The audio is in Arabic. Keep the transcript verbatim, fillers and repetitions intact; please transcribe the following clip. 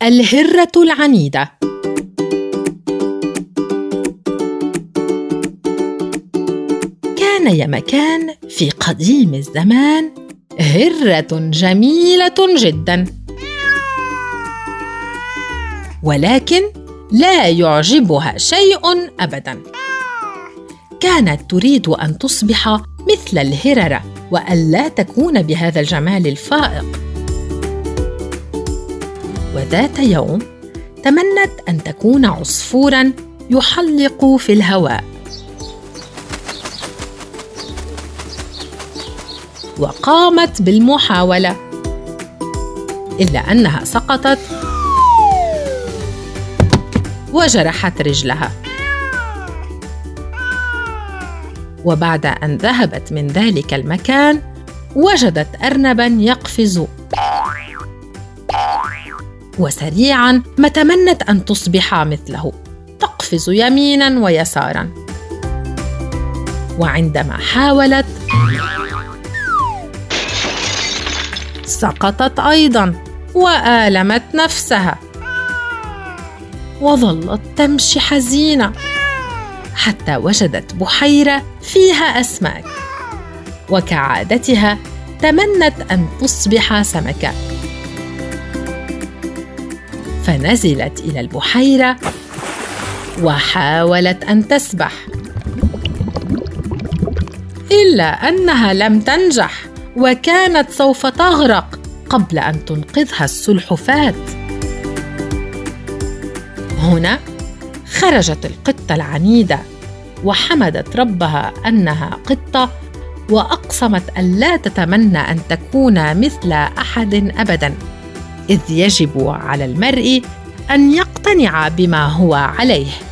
الهرة العنيدة. كان يا مكان في قديم الزمان هرة جميلة جداً، ولكن لا يعجبها شيء أبداً. كانت تريد أن تصبح مثل الهررة وألا تكون بهذا الجمال الفائق. وذات يوم تمنت أن تكون عصفوراً يحلق في الهواء، وقامت بالمحاولة، إلا أنها سقطت وجرحت رجلها. وبعد أن ذهبت من ذلك المكان وجدت أرنباً يقفز، وسريعاً ما تمنت أن تصبح مثله، تقفز يميناً ويساراً. وعندما حاولت سقطت أيضاً وآلمت نفسها، وظلت تمشي حزينة حتى وجدت بحيرة فيها أسماك، وكعادتها تمنت أن تصبح سمكة. فنزلت إلى البحيرة وحاولت أن تسبح، إلا أنها لم تنجح، وكانت سوف تغرق قبل أن تنقذها السلحفاة. هنا خرجت القطة العنيدة وحمدت ربها أنها قطة، وأقسمت أن لا تتمنى أن تكون مثل أحد أبداً، إذ يجب على المرء أن يقتنع بما هو عليه.